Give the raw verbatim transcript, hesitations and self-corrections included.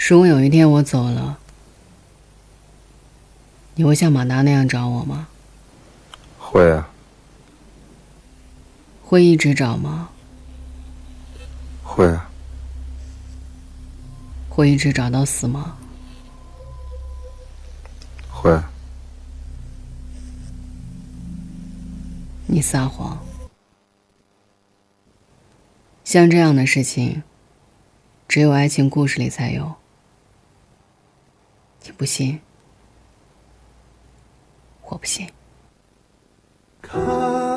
如果有一天我走了，你会像马达那样找我吗？ 会啊。 会一直找吗？ 会啊。 会一直找到死吗？ 会。 你撒谎。像这样的事情，只有爱情故事里才有。你不信，我不信。